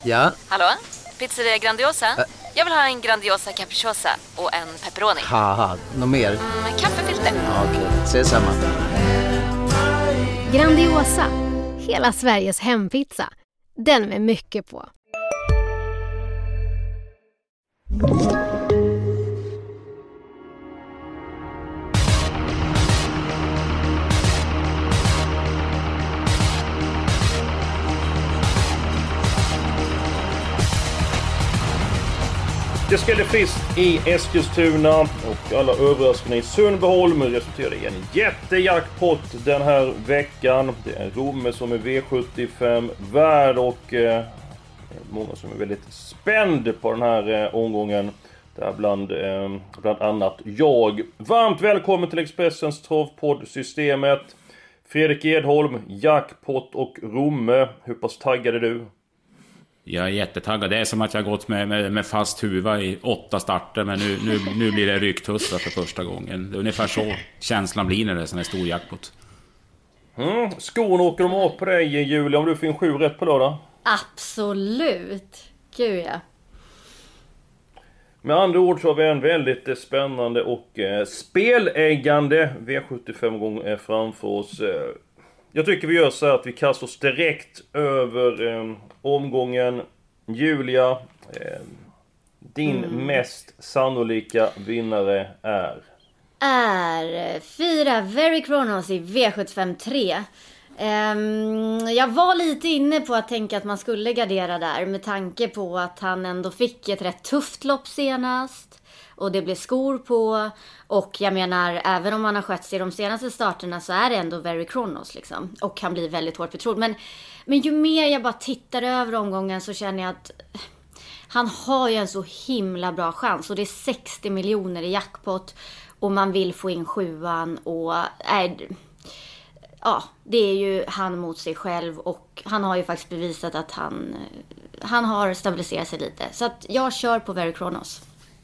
Ja? Hallå? Pizzeria Grandiosa? Jag vill ha en Grandiosa capriciosa och en pepperoni. Haha, något mer? Kaffefilter. Ja, okej, ses samma. Grandiosa, hela Sveriges hempizza. Den med mycket på. Det skällde friskt i Eskilstuna och alla överraskningar i Sundbyholm resulterade i en jättejackpot den här veckan. Det är Romme som är V75 värd och många som är väldigt spänd på den här omgången. Där bland annat jag. Varmt välkommen till Expressens travpodd-systemet. Fredrik Edholm, jackpot och Romme. Hur pass taggad är du? Jag är jättetaggad. Det är som att jag har gått med fast huva i 8 starter. Men nu blir det rycktussar för första gången. Det är ungefär så känslan blir när det är sån här stor jackpot. Skon åker de av på dig, Julia, om du får in 7 rätt på lördag? Absolut. Gud ja. Med andra ord så har vi en väldigt spännande och speläggande V75-gång framför oss. Jag tycker vi gör så här att vi kastar oss direkt över omgången. Julia, din mest sannolika vinnare är 4 Very Kronos i V75 3. Jag var lite inne på att tänka att man skulle gardera där med tanke på att han ändå fick ett rätt tufft lopp senast. Och det blev skor på. Och jag menar, även om han har skött sig i de senaste starterna så är det ändå Very Kronos liksom. Och han blir väldigt hårt betrodd. Men ju mer jag bara tittar över omgången så känner jag att han har ju en så himla bra chans. Och det är 60 miljoner i jackpot. Och man vill få in 7an. Och ja, det är ju han mot sig själv. Och han har ju faktiskt bevisat att han har stabiliserat sig lite. Så att jag kör på Very Kronos.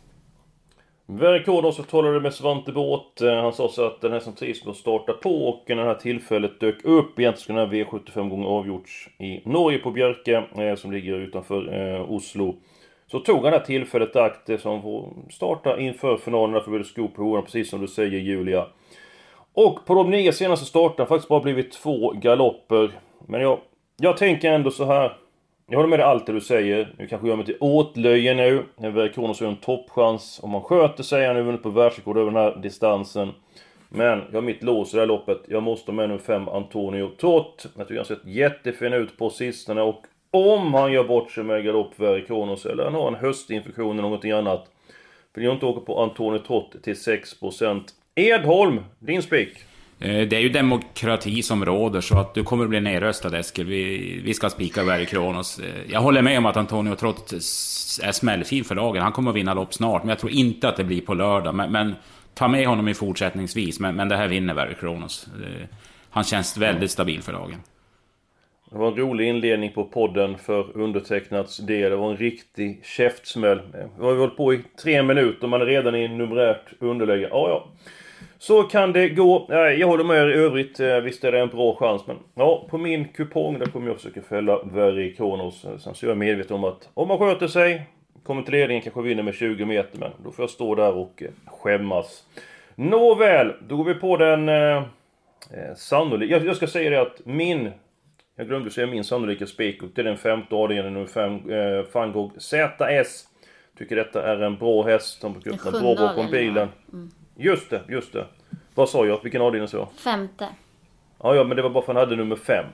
Very Kronos talade med Svante Båt. Han sa så att den här som trivs med att starta på. Och när det här tillfället dök upp. Egentligen skulle den här V75 gånger avgjorts i Norge på Björke. Som ligger utanför Oslo. Så tog han det här tillfället akt som får starta inför finalen. Därför blev det skor på honom, precis som du säger, Julia. Och på de 9 senaste starterna faktiskt bara blivit 2 galopper. Men jag tänker ändå så här. Jag håller med dig allt det du säger. Nu kanske gör mig till åtlöje nu. Very Kronos har en toppchans. Om man sköter sig. Han har vunnit på världsrekord över den här distansen. Men jag har mitt lås i det här loppet. Jag måste med nummer 5 Antonio Trott. Jag tycker han har sett jättefin ut på sistone. Och om han gör bort sig med galopp Very Kronos eller han har en höstinfektion eller någonting annat. Vill jag inte åka på Antonio Trott till 6%. Edholm, din spik. Det är ju demokrati som råder så att du kommer bli nedröstad, Eskil. Vi ska spika Very Kronos. Jag håller med om att Antonio Trott är smällfin för dagen. Han kommer att vinna lopp snart, men jag tror inte att det blir på lördag. Men ta med honom i fortsättningsvis. Men det här vinner Very Kronos. Han känns väldigt stabil för dagen. Det var en rolig inledning på podden för undertecknats del. Det var en riktig käftsmäll. Vi har hållit på i 3 minuter. Man är redan i numerärt underläge. Ja. Så kan det gå. Jag håller med er i övrigt. Visst är det en bra chans. Men ja, på min kupong där kommer jag försöka fälla Very Kronos. Sen så är jag medveten om att om man sköter sig, kommer till ledningen, kanske vinner med 20 meter. Men då får jag stå där och skämmas. Nåväl, då går vi på den sannolika. Jag ska säga det att jag glömde säga min sannolika spik. Och det är den 5:e avdelningen, nummer 5 Van Gogh ZS. Tycker detta är en bra häst. De brukar öppna bra bakom bilen. Just det. Vad sa jag? Vilken avdelning så? 5:e. Ja, men det var bara för att han hade nummer 5.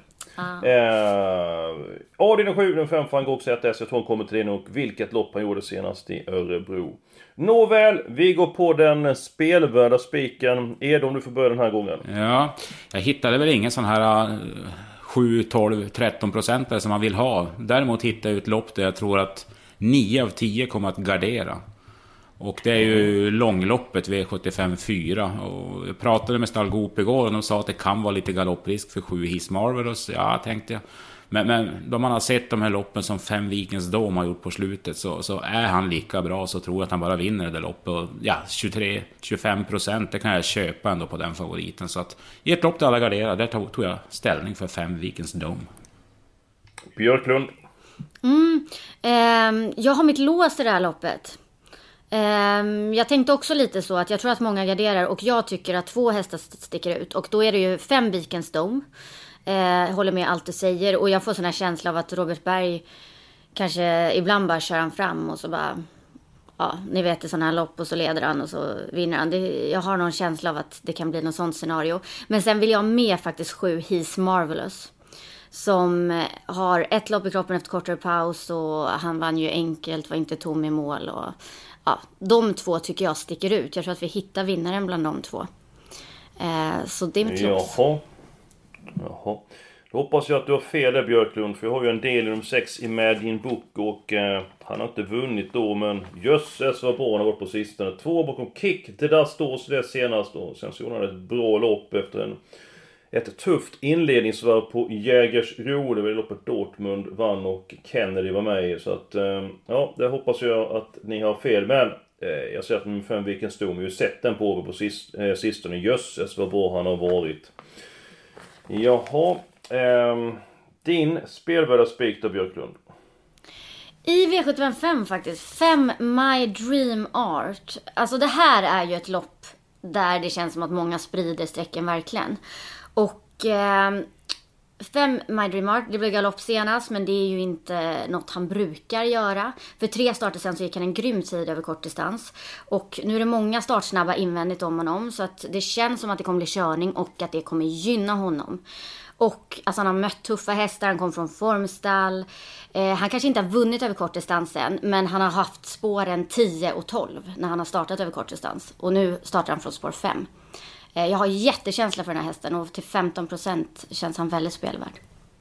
Avdelning 7, den 5 Van Gogh ZS. Jag tror han kommer till det nog. Vilket lopp han gjorde senast i Örebro. Nåväl, vi går på den spelvärda spiken. Om du får börja den här gången. Ja, jag hittade väl ingen sån här 7, 12, 13% som man vill ha. Däremot hittade jag ut lopp där jag tror att 9 av 10 kommer att gardera. Och det är ju långloppet V75-4. Och jag pratade med Stallgop igår och de sa att det kan vara lite galopprisk för 7 His Marvelous. Ja, tänkte jag. Men då man har sett de här loppen som 5 Vikens Dom har gjort på slutet så är han lika bra, så tror jag att han bara vinner det loppet. Och ja, 23-25%, det kan jag köpa ändå på den favoriten. Så att i ett lopp där alla garderar, där tog jag ställning för 5 Vikens Dom. Björklund. Jag har mitt lås i det här loppet. Jag tänkte också lite så att jag tror att många garderar och jag tycker att 2 hästar sticker ut. Och då är det ju 5 Beacons Dome. Håller med allt du säger. Och jag får sån här känsla av att Robert Berg kanske ibland bara kör han fram och så bara... Ja, ni vet, det sån här lopp och så leder han och så vinner han. Jag har någon känsla av att det kan bli något sånt scenario. Men sen vill jag med faktiskt 7 He's Marvelous. Som har 1 lopp i kroppen efter kortare paus och han vann ju enkelt, var inte tom i mål. Och, ja, de 2 tycker jag sticker ut. Jag tror att vi hittar vinnaren bland de 2. Så det är mitt lås. Jaha. Då hoppas jag att du har fel där, Björklund, för jag har ju en del i de 6 i Imagine Book och han har inte vunnit då, men jösses vad bra han har varit på sistone. 2 bakom Kick, det där står så det senast och sen så gjorde han ett bra lopp efter ett tufft inledningsvarv på Jägersro. Det var loppet Dortmund vann och Kennedy var med i, så att ja, det hoppas jag att ni har fel, men jag ser att min 5 Beacons Dome, vi har ju sett den på sistone, jösses vad bra han har varit. Jaha. Din spelvärda spik då, Björklund? I V75 faktiskt 5 My Dream Art. Alltså det här är ju ett lopp där det känns som att många sprider sträcken verkligen. Och 5 My Dream Art, det blev galopp senast, men det är ju inte något han brukar göra. För 3 starter sen så gick han en grym tid över kortdistans. Och nu är det många startsnabba invändigt om honom, så att det känns som att det kommer bli körning och att det kommer gynna honom. Och alltså, han har mött tuffa hästar, han kom från formstall. Han kanske inte har vunnit över kortdistansen, men han har haft spåren 10 och 12 när han har startat över kortdistans. Och nu startar han från spår 5. Jag har jättekänsla för den här hästen och till 15% känns han väldigt spelvärd.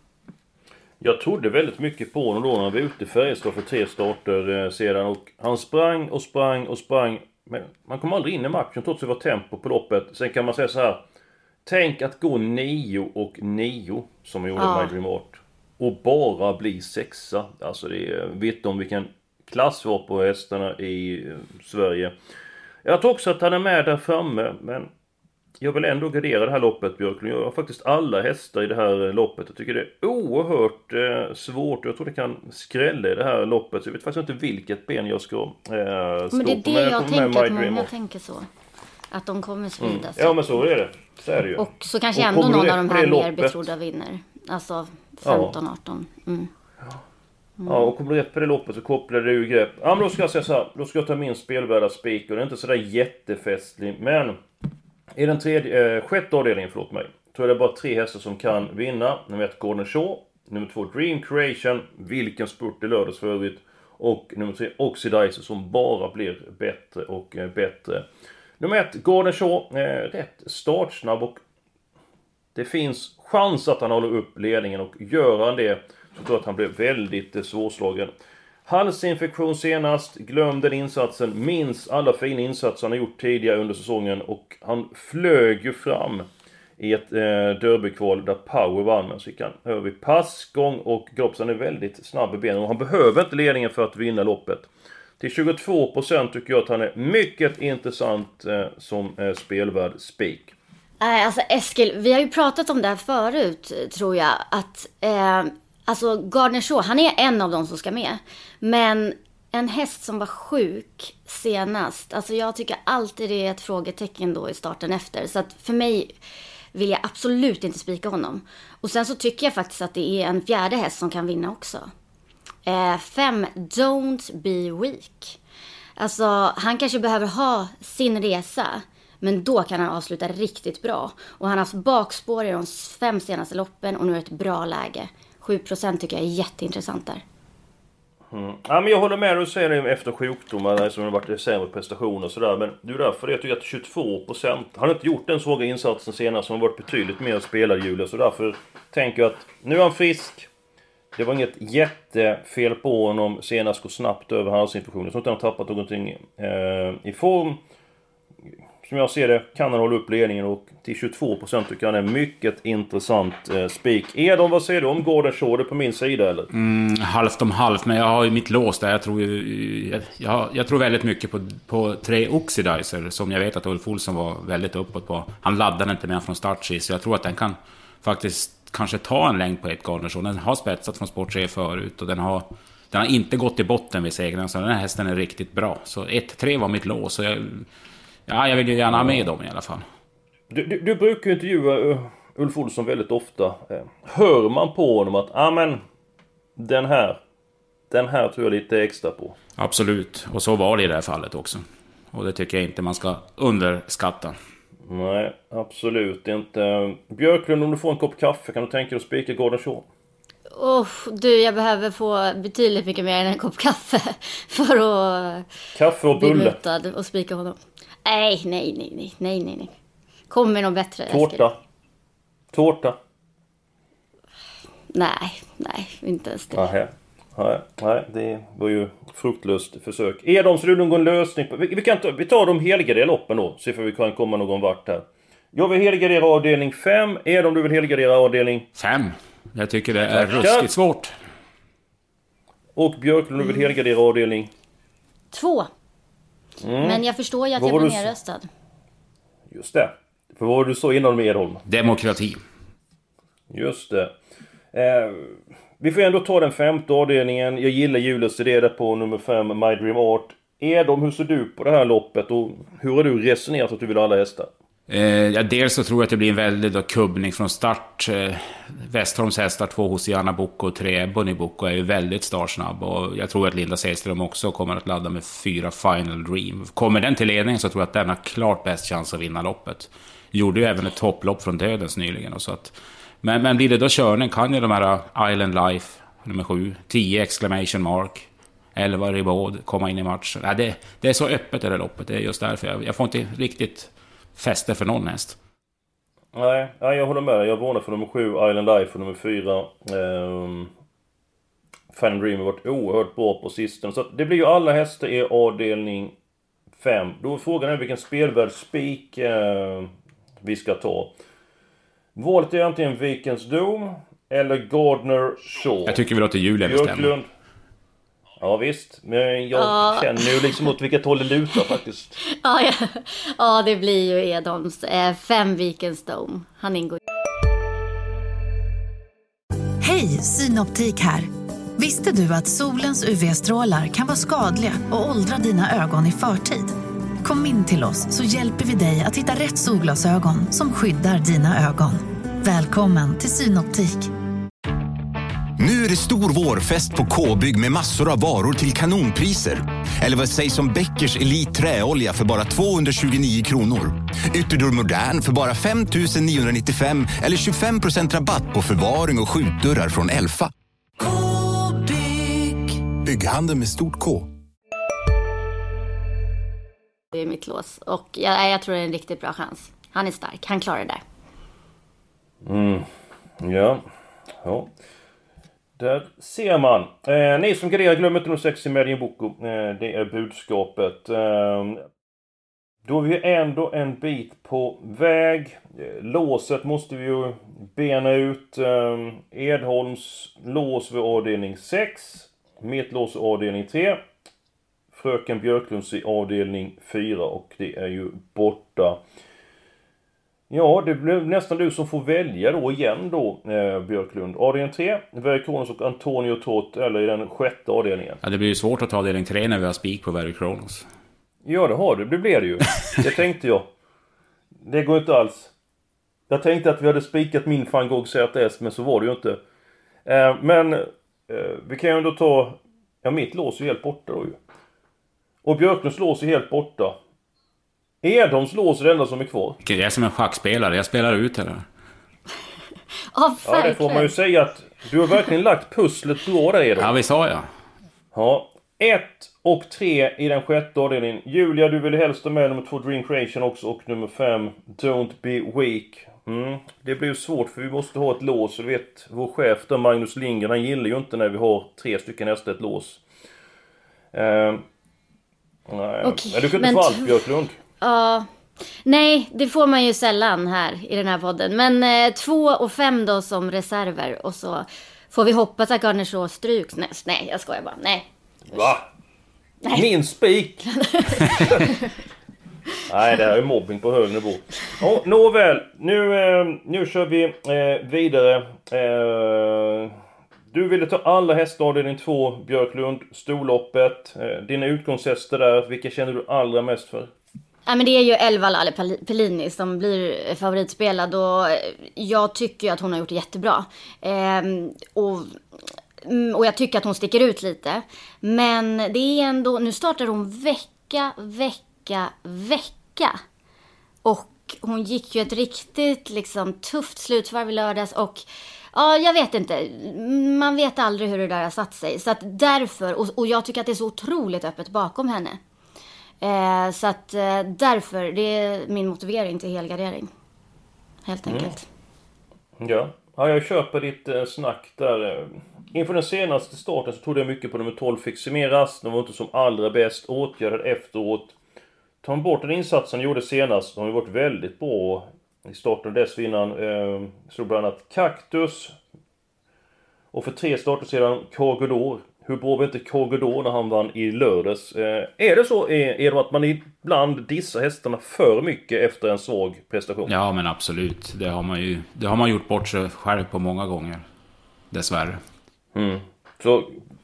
Jag trodde väldigt mycket på honom då när han var ute i Färjestad för 3 starter sedan. Och han sprang. Men man kom aldrig in i matchen trots att det var tempo på loppet. Sen kan man säga så här. Tänk att gå 9 och 9 som jag gjorde My Dream Art. Och bara bli 6. Alltså det vet om vilken klass var på hästarna i Sverige. Jag tror också att han är med där framme, men jag vill ändå gardera det här loppet, Björklund. Jag har faktiskt alla hästar i det här loppet. Jag tycker det är oerhört svårt. Jag tror det kan skrälla i det här loppet. Så jag vet faktiskt inte vilket ben jag ska stå på. Men det är det jag tänker att många tänker så. Att de kommer spridas. Ja, men så är det. Så är det ju. Och så kanske ändå någon av de här mer betrodda vinner. Alltså 15-18. Ja, och kommer du rätt på det loppet så kopplar du grepp. Ja, men då ska jag säga så här. Då ska jag ta min spelvärda spik. Och det är inte sådär jättefestlig. Men i den 6:e avdelningen, tror jag det är bara 3 hästar som kan vinna. Nummer 1 Gordon Shaw. Nummer 2 Dream Creation. Vilken spurt i lördags för övrigt. Och nummer 3 Oxidizer som bara blir bättre och bättre. Nummer 1 Gordon Shaw. Rätt startsnabb och det finns chans att han håller upp ledningen. Och gör han det så tror jag att han blir väldigt svårslagen. Halsinfektion senast, glöm den insatsen, minns alla fina insatser han har gjort tidigare under säsongen och han flög ju fram i ett derbykval där Power vann, men så gick han över vid passgång och Grobson är väldigt snabb i benen och han behöver inte ledningen för att vinna loppet. Till 22% tycker jag att han är mycket intressant som spelvärd spik. Alltså Eskil, vi har ju pratat om det här förut, tror jag, att alltså Gardner Shaw, han är en av dem som ska med. Men en häst som var sjuk senast, alltså jag tycker alltid det är ett frågetecken då i starten efter. Så att för mig vill jag absolut inte spika honom. Och sen så tycker jag faktiskt att det är en 4:e häst som kan vinna också. 5 Don't Be Weak. Alltså han kanske behöver ha sin resa, men då kan han avsluta riktigt bra. Och han har haft bakspår i de 5 senaste loppen och nu är ett bra läge. 7% tycker jag är jätteintressant där. Ja, men jag håller med dig och säger det efter sjukdomar som har varit sämre prestationer och sådär. Men det är därför jag tycker att 22%. Han har inte gjort den svaga insatsen senast som har varit betydligt mer spelarhjul. Så därför tänker jag att nu är han frisk. Det var inget jättefel på honom senast, går snabbt över halsinfektionen. Så att han har tappat någonting i form. Som jag ser det kan han hålla upp ledningen och till 22% tycker jag han är mycket intressant spik. Edon, vad säger du om Gordon Shaw? Det på min sida eller? Halvt om halvt, men jag har ju mitt lås där. Jag tror väldigt mycket på 3 Oxidizer som jag vet att Ulf Olsson var väldigt uppåt på. Han laddade inte med från start så jag tror att den kan faktiskt kanske ta en längd på ett Gardner Shaw. Den har spetsat från sport 3 förut och den har Den har inte gått i botten vid segern, så den här hästen är riktigt bra. Så 1-3 var mitt lås, så jag vill ju gärna ha med dem i alla fall. Du brukar ju intervjua Ulf Olsson väldigt ofta. Hör man på honom att men den här tror jag lite extra på? Absolut, och så var det i det här fallet också. Och det tycker jag inte man ska underskatta. Nej, absolut inte. Björklund, om du får en kopp kaffe, kan du tänka dig att spika Garden Show? Jag behöver få betydligt mycket mer än en kopp kaffe för att kaffe och bli bulle mutad och spika honom. Nej. Kom med något bättre. Tårta. Nej, inte ens det. Nej, det var ju fruktlöst försök. Är de så det någon lösning på? Vi tar de heliga loppen då, så får vi kan komma någon vart här. Jag vill helgardera avdelning 5. Är de du vill helgardera avdelning 5? Jag tycker det är ruskigt svårt. Och Björklund, du vill helgardera avdelning 2. Men jag förstår ju att jag blir nedröstad. Just det. För vad var du så innan med Edholm? Demokrati. Just det. Vi får ändå ta den 5:e avdelningen. Jag gillar Julius idé där på nummer 5, My Dream Art. Hur ser du på det här loppet och hur har du resonerat att du vill ha alla hästar? Dels så tror jag att det blir en väldigt kubbning från start. Westholms hästar 2 Hosianna Boko och 3 Bunny Boko är ju väldigt startsnabb. Och jag tror att Linda Sällström också kommer att ladda med 4 Final Dream. Kommer den till ledning så tror jag att den har klart bäst chans att vinna loppet. Gjorde ju även ett topplopp från Dödens nyligen. Och så att, men blir det då körning kan ju de här Island Life nummer 7, 10 Exclamation Mark, 11 Ribaud komma in i matchen. Det är så öppet det där loppet. Det är just därför jag får inte riktigt fäste för någon häst. Nej, jag håller med. Jag varnar för nummer 7 Island Life och nummer 4 Fan Dream har varit oerhört bra på sistone. Så det blir ju alla hästar i avdelning 5. Då är frågan vilken spelvärd spik vi ska ta. Valet är antingen Vikens Dom eller Gardner Shaw. Jag tycker vi låter Julia bestämma. Ja visst, men jag känner ju liksom åt vilket håll det lutar faktiskt. Ja, det blir ju Edholms 5 Vikens Dome. Han ingår. Hej, Synoptik här. Visste du att solens UV-strålar kan vara skadliga och åldra dina ögon i förtid? Kom in till oss så hjälper vi dig att hitta rätt solglasögon som skyddar dina ögon. Välkommen till Synoptik. Nu är det stor vårfest på K-bygg med massor av varor till kanonpriser. Eller vad sägs om Bäckers Elite träolja för bara 229 kronor. Ytterdörr Modern för bara 5 995 eller 25% rabatt på förvaring och skjutdörrar från Elfa. K-bygg. Bygghandel med stort K. Det är mitt lås. Och jag tror det är en riktigt bra chans. Han är stark, han klarar det där. Ja. Där ser man. Ni som garderar, glöm inte nummer 6 i Medien Boko. Det är budskapet. Då är vi ändå en bit på väg. Låset måste vi ju bena ut. Edholms lås vid avdelning 6. Mitt lås vid avdelning 3. Fröken Björklunds i avdelning 4. Och det är ju borta. Ja, det blir nästan du som får välja då igen då, Björklund. Avdelning 3, Very Kronos och Antonio Tot, eller i den 6:e avdelningen. Ja, det blir ju svårt att ta avdelning 3 när vi har spik på Very Kronos. Ja, det har du. Det blir det ju. Det tänkte jag. Det går inte alls. Jag tänkte att vi hade spikat min Van Gogh ZS, men så var det ju inte. Men vi kan ju ändå ta... Ja, mitt lås är helt borta då ju. Och Björklunds lås är helt borta. Edholms lås är det enda som är kvar. Jag är som en schackspelare, jag spelar ut det där. Ja, det får man ju säga att du har verkligen lagt pusslet bra där, Edholm. Ja, vi sa jag. Ja, 1 och 3 i den 6:e avdelningen. Julia, du vill helst ha med nummer 2 Dream Creation också och nummer 5 Don't Be Weak. Det blir ju svårt för vi måste ha ett lås. Och du vet, vår chef där, Magnus Lindgren, han gillar ju inte när vi har 3 stycken hästar ett lås. Nej, okay, du kan inte få allt, Björklund. Ja, nej, det får man ju sällan här i den här podden. Men 2 och 5 då som reserver. Och så får vi hoppas att Gardner Shaw stryks. Nej, jag skojar bara. Nej. Va? Nej. Min spik. Nej, det här är mobbing på hög nivå. Nåväl, nu kör vi vidare. Du ville ta alla hästar avdelning 2, Björklund, storloppet. Dina utgångshästar där, vilka känner du allra mest för? Ja, men det är ju 11 Lalle Pellini som blir favoritspelad och jag tycker ju att hon har gjort det jättebra. Och jag tycker att hon sticker ut lite. Men det är ändå, nu startar hon vecka. Och hon gick ju ett riktigt liksom tufft slutvarv i lördags och ja, jag vet inte. Man vet aldrig hur det där har satt sig. Så att därför, och jag tycker att det är så otroligt öppet bakom henne. Så att därför, det är min motivering till helgardering. Helt enkelt. Ja, jag köper ditt snack där. Inför den senaste starten så trodde jag mycket på nummer 12 Fiximeras. De var inte som allra bäst, åtgärdad efteråt. Ta bort den insatsen gjorde senast. De har ju varit väldigt bra i starten dessförinnan. Så bland annat Cactus. Och för 3 starter sedan Corgodor. Hur bra var inte Corgodor när han vann i lördags? Är det så är det att man ibland dissar hästarna för mycket efter en svag prestation? Ja, men absolut. Det har man gjort bort sig själv på många gånger. Dessvärre. Så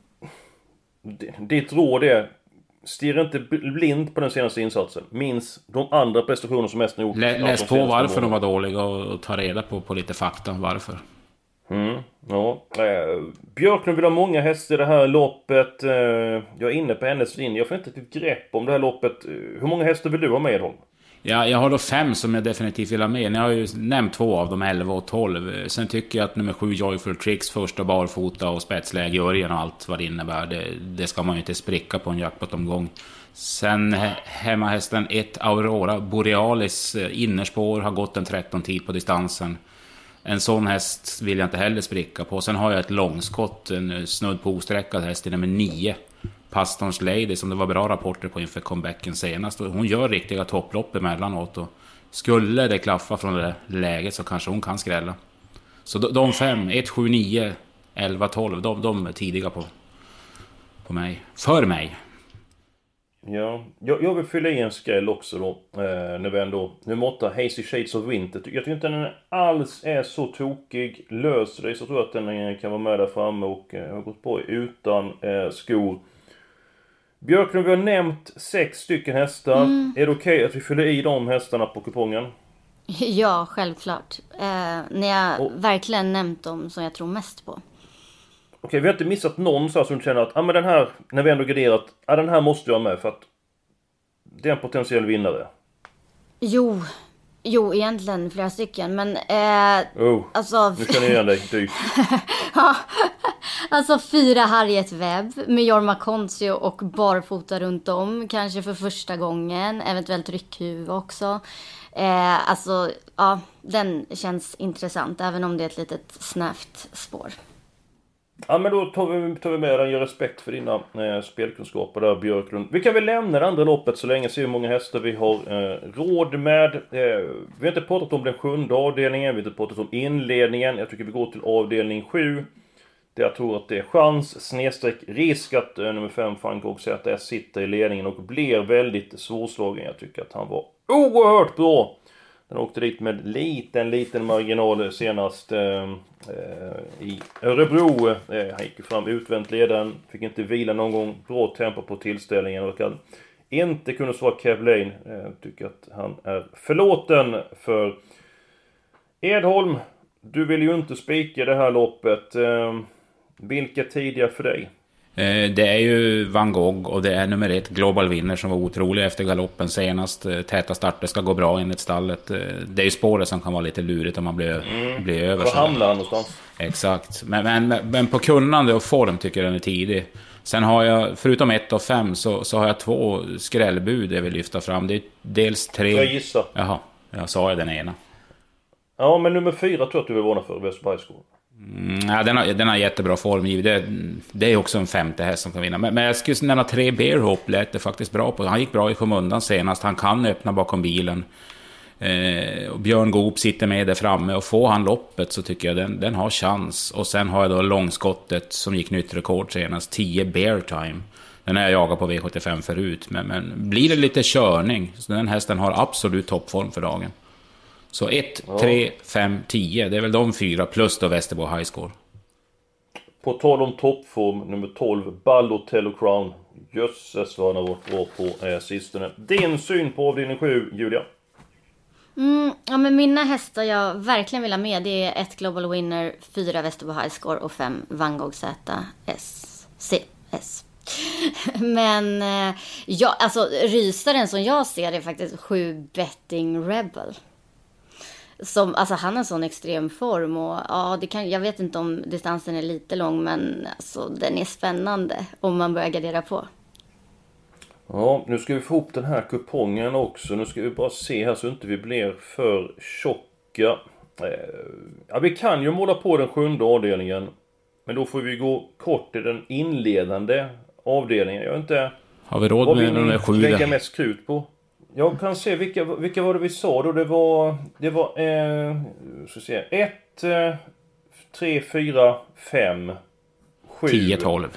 ditt råd är: stirra inte blind på den senaste insatsen. Minns de andra prestationer som hästen gjort. Läs på varför de var dåliga och ta reda på lite fakta varför. Ja. Björklund vill ha många hästar i det här loppet. Jag är inne på hennes linje. Jag får inte ett grepp om det här loppet. Hur många hästar vill du ha med, Holm? Ja, jag har då 5 som jag definitivt vill ha med. Ni har ju nämnt 2 av dem, 11 och 12. Sen tycker jag att nummer 7 Joyful Tricks, första barfota och spetsläge i Örjan och allt vad det innebär. Det ska man ju inte spricka på en jackpot-omgång. Sen hemmahästen 1 Aurora Borealis innerspår har gått en 13-tid på distansen. En sån häst vill jag inte heller spricka på. Sen har jag ett långskott, en snudd på osträckad häst i nummer 9 Pastorns Lady, som det var bra rapporter på inför comebacken senast. Hon gör riktiga topplopp emellanåt och skulle det klaffa från det läget så kanske hon kan skrälla. Så de 5, 1, 7, 9, 11, 12, de är tidiga på mig. För mig. Ja, jag vill fylla i en skräll också då. När vi ändå, nummer 8 Hazy Shades of Winter. Jag tycker inte den alls är så tokig. Löser det så jag tror att den kan vara med där framme och har gått på utan skor. Björklund, vi har nämnt 6 stycken hästar. Är det okej att vi fyller i de hästarna på kupongen? Ja, självklart. När jag verkligen nämnt dem som jag tror mest på. Okej, vi har inte missat någon så som känner att men den här, när vi ändå graderat, den här måste jag ha med för att det är en potentiell vinnare. Jo, egentligen flera stycken, men alltså... Nu kan ni igen dig, dyrt. Ja, alltså 4 Harriet Webb med Jorma Konzio och barfota runt om, kanske för första gången, eventuellt ryckhuvud också. Alltså, ja, den känns intressant, även om det är ett litet snävt spår. Ja, men då tar vi med den. Gör respekt för dina spelkunskaper där, Björklund. Vi kan väl lämna det andra loppet så länge, se hur många hästar vi har råd med. Vi har inte pratat om den 7:e avdelningen, vi har inte pratat om inledningen. Jag tycker vi går till avdelning 7. Där jag tror att det är chans, risk att nummer 5 Fangog ZS sitter i ledningen och blir väldigt svårslagen. Jag tycker att han var oerhört bra. Den åkte dit med liten marginal senast i Örebro. Han gick fram utvänt ledaren, fick inte vila någon gång, bra tempo på tillställningen och kan inte kunna svara Kev Lane. Tycker att han är förlåten för. Edholm, du vill ju inte spika det här loppet. Vilka tidiga för dig? Det är ju Van Gogh och det är nummer 1 Global Winner som var otrolig efter galoppen senast. Täta starter ska gå bra enligt stallet. Det är ju spåret som kan vara lite lurigt om man blir över. Var hamnar han någonstans? Exakt. Men på kunnande och form tycker jag den är tidig. Sen har jag, förutom 1 och 5 så har jag 2 skrällbud jag vill lyfta fram. Det är dels 3... Jag gissa. Jaha, jag sa den ena. Ja, men nummer 4 tror jag att du vill varna för, Västerbergsgård. Ja, den har jättebra form. Det är också en 5:e häst som kan vinna. Men jag skulle nämna 3 Bear Hope lät det faktiskt bra på. Han gick bra i skymundan senast. Han kan öppna bakom bilen. Och Björn Goop sitter med där framme. Och får han loppet så tycker jag den har chans. Och sen har jag då långskottet som gick nytt rekord senast. 10 Bear Time. Den har jag jagat på V75 förut. Men blir det lite körning så den hästen har absolut toppform för dagen. Så 1, 3, 5, 10. Det är väl de 4 plus då Västerbo High Score. På tal om toppform, nummer 12, Balotello Crown. Jösses vad han har varit bra på sistone. Din syn på avdelning 7, Julia? Ja, men mina hästar jag verkligen vill ha med, det är 1 Global Winner, 4 Västerbo High Score och 5 Van Gogh ZSCS. Men ja, alltså rysaren som jag ser är faktiskt 7 Betting Rebel. Som, alltså han har en sån extrem form och ja, jag vet inte om distansen är lite lång, men alltså, den är spännande om man börjar gardera på. Ja, nu ska vi få ihop den här kupongen också. Nu ska vi bara se här så inte vi blir för tjocka. Ja, vi kan ju måla på den 7:e avdelningen. Men då får vi gå kort i den inledande avdelningen. Jag vet inte... Har vi råd med den 7? Lägga mest krut på. Jag kan se vilka var det vi sa då. Det var ska se, 1, 3, 4, 5, 7. 10, 12.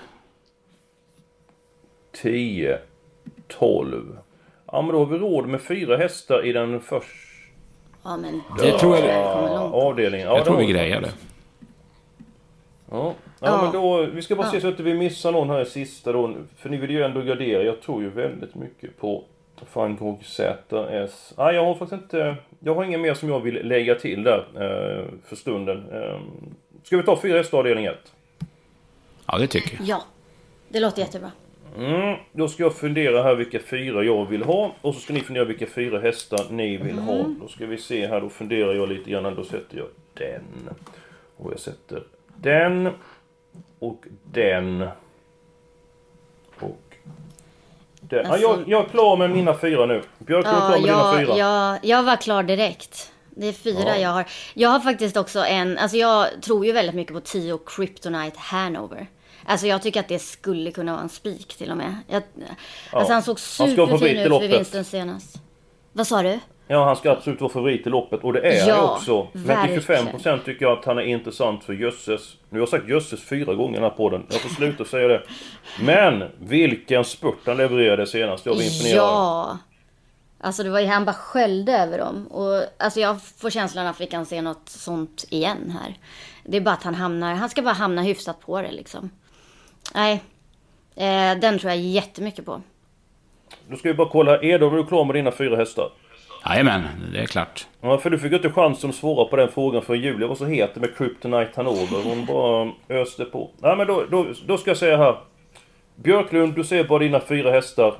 10, 12. Ja, men då har vi råd med 4 hästar i den första. Ja, men det tror jag avdelningen. Ja, jag tror vi grejer det. Ja, men då, vi ska bara se så att vi missar någon här i sista då. För ni vill ju ändå gardera. Jag tror ju väldigt mycket på Van Gogh ZS. Nej, jag har faktiskt inte... Jag har inget mer som jag vill lägga till där för stunden. Ska vi ta 4 hästar avdelning 1? Ja, det tycker jag. Ja, det låter jättebra. Då ska jag fundera här vilka 4 jag vill ha. Och så ska ni fundera vilka 4 hästar ni vill ha. Då ska vi se här, då funderar jag lite grann. Då sätter jag den. Och jag sätter den. Och den. Och den. Alltså, jag är klar med mina 4 nu. Björk, är klar med dina 4? Jag var klar direkt. Det är 4 jag har. Jag har faktiskt också alltså jag tror ju väldigt mycket på 10 Kryptonite Hanover. Alltså jag tycker att det skulle kunna vara en spik till och med. Alltså han såg superfin ut vid vinsten senast. Vad sa du? Ja, han ska absolut vara favorit i loppet. Och det är han också. Men till 25% tycker jag att han är intressant för Jösses. Nu har jag sagt Jösses 4 gånger här på den. Jag får sluta säga det. Men vilken spurt han levererade senast. Jag var imponerad. Ja. Alltså det var ju, han bara sköljde över dem. Och alltså jag får känslan att vi kan se något sånt igen här. Det är bara att han ska bara hamna hyfsat på det liksom. Nej, den tror jag jättemycket på. Då ska vi bara kolla, är du klar med dina 4 hästar? Jajamän, det är klart. Ja, för du fick inte chansen att svara på den frågan för Julia var så het med Kryptonite Hanover. Hon bara öste på. Nej, men då ska jag säga här. Björklund, du ser bara dina 4 hästar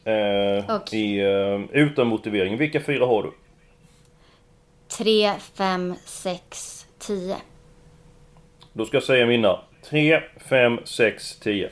utan motivering. Vilka 4 har du? 3, 5, 6, 10. Då ska jag säga mina. 3, 5, 6, 10.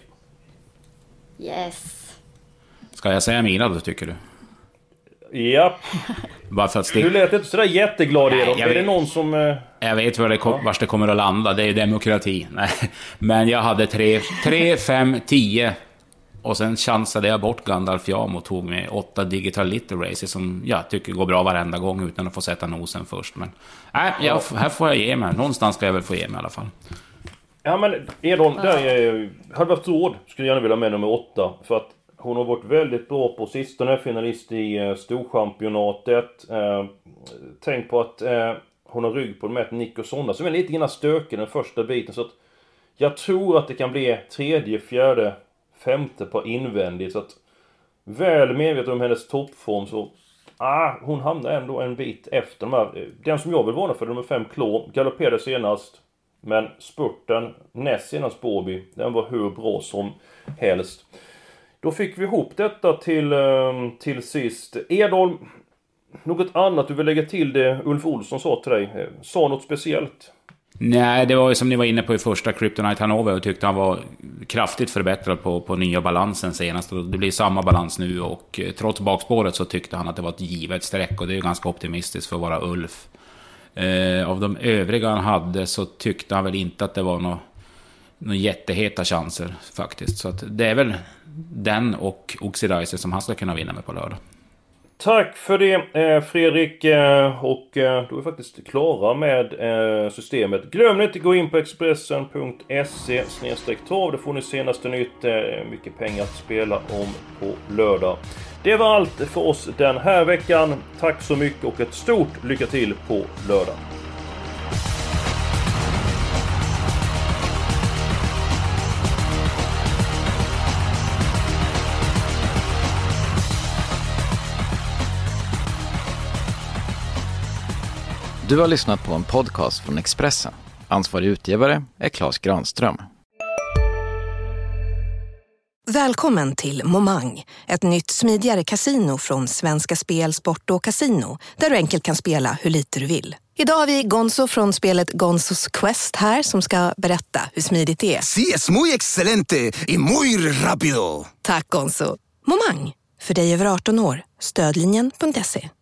Yes. Ska jag säga mina då, tycker du? Ja. Bara för att du lät inte sådär jätteglad i dem. Är det någon som... Jag vet vars det kommer att landa. Det är demokrati. Nej. Men jag hade 3, 5, 10. Och sen chansade jag bort Gandalf Jam och tog med 8 Digital Little Races som jag tycker går bra varenda gång utan att få sätta nosen först. Men här får jag ge mig. Någonstans ska jag väl få ge mig i alla fall. Ja, men Edholm, hade varit råd skulle jag gärna vilja med nummer 8. För att hon har varit väldigt bra på sistone, finalist i storchampionatet. Tänk på att hon har rygg på de här Nico Sonna som är lite grann stökig den första biten. Så att jag tror att det kan bli 3:e, 4:e, 5:e på invändigt. Så att väl medveten om hennes toppform så hon hamnar ändå en bit efter de här. Den som jag vill varna för, nummer 5 Klå, galopperade senast. Men spurten näst senast Borby, den var hur bra som helst. Då fick vi ihop detta till sist. Edholm, något annat du vill lägga till det Ulf Olsson sa till dig? Sa något speciellt? Nej, det var ju som ni var inne på i första Kryptonite Hanover och tyckte han var kraftigt förbättrad på nya balansen senast. Det blir samma balans nu och trots bakspåret så tyckte han att det var ett givet streck och det är ju ganska optimistiskt för att vara Ulf. Av de övriga han hade så tyckte han väl inte att det var några jätteheta chanser faktiskt. Så att det är väl den och Oxidizer som han ska kunna vinna med på lördag. Tack för det Fredrik, och då är vi faktiskt klara med systemet. Glöm inte att gå in på Expressen.se/trav. Där får ni senaste nytt, mycket pengar att spela om på lördag. Det var allt för oss den här veckan. Tack så mycket och ett stort lycka till på lördag. Du har lyssnat på en podcast från Expressen. Ansvarig utgivare är Claes Granström. Välkommen till Momang, ett nytt smidigare kasino från Svenska Spel, Sport och Casino, där du enkelt kan spela hur lite du vill. Idag har vi Gonzo från spelet Gonzos Quest här som ska berätta hur smidigt det är. Sí, es muy excelente y muy rápido. Tack Gonzo. Momang, för dig över 18 år. Stödlinjen.se.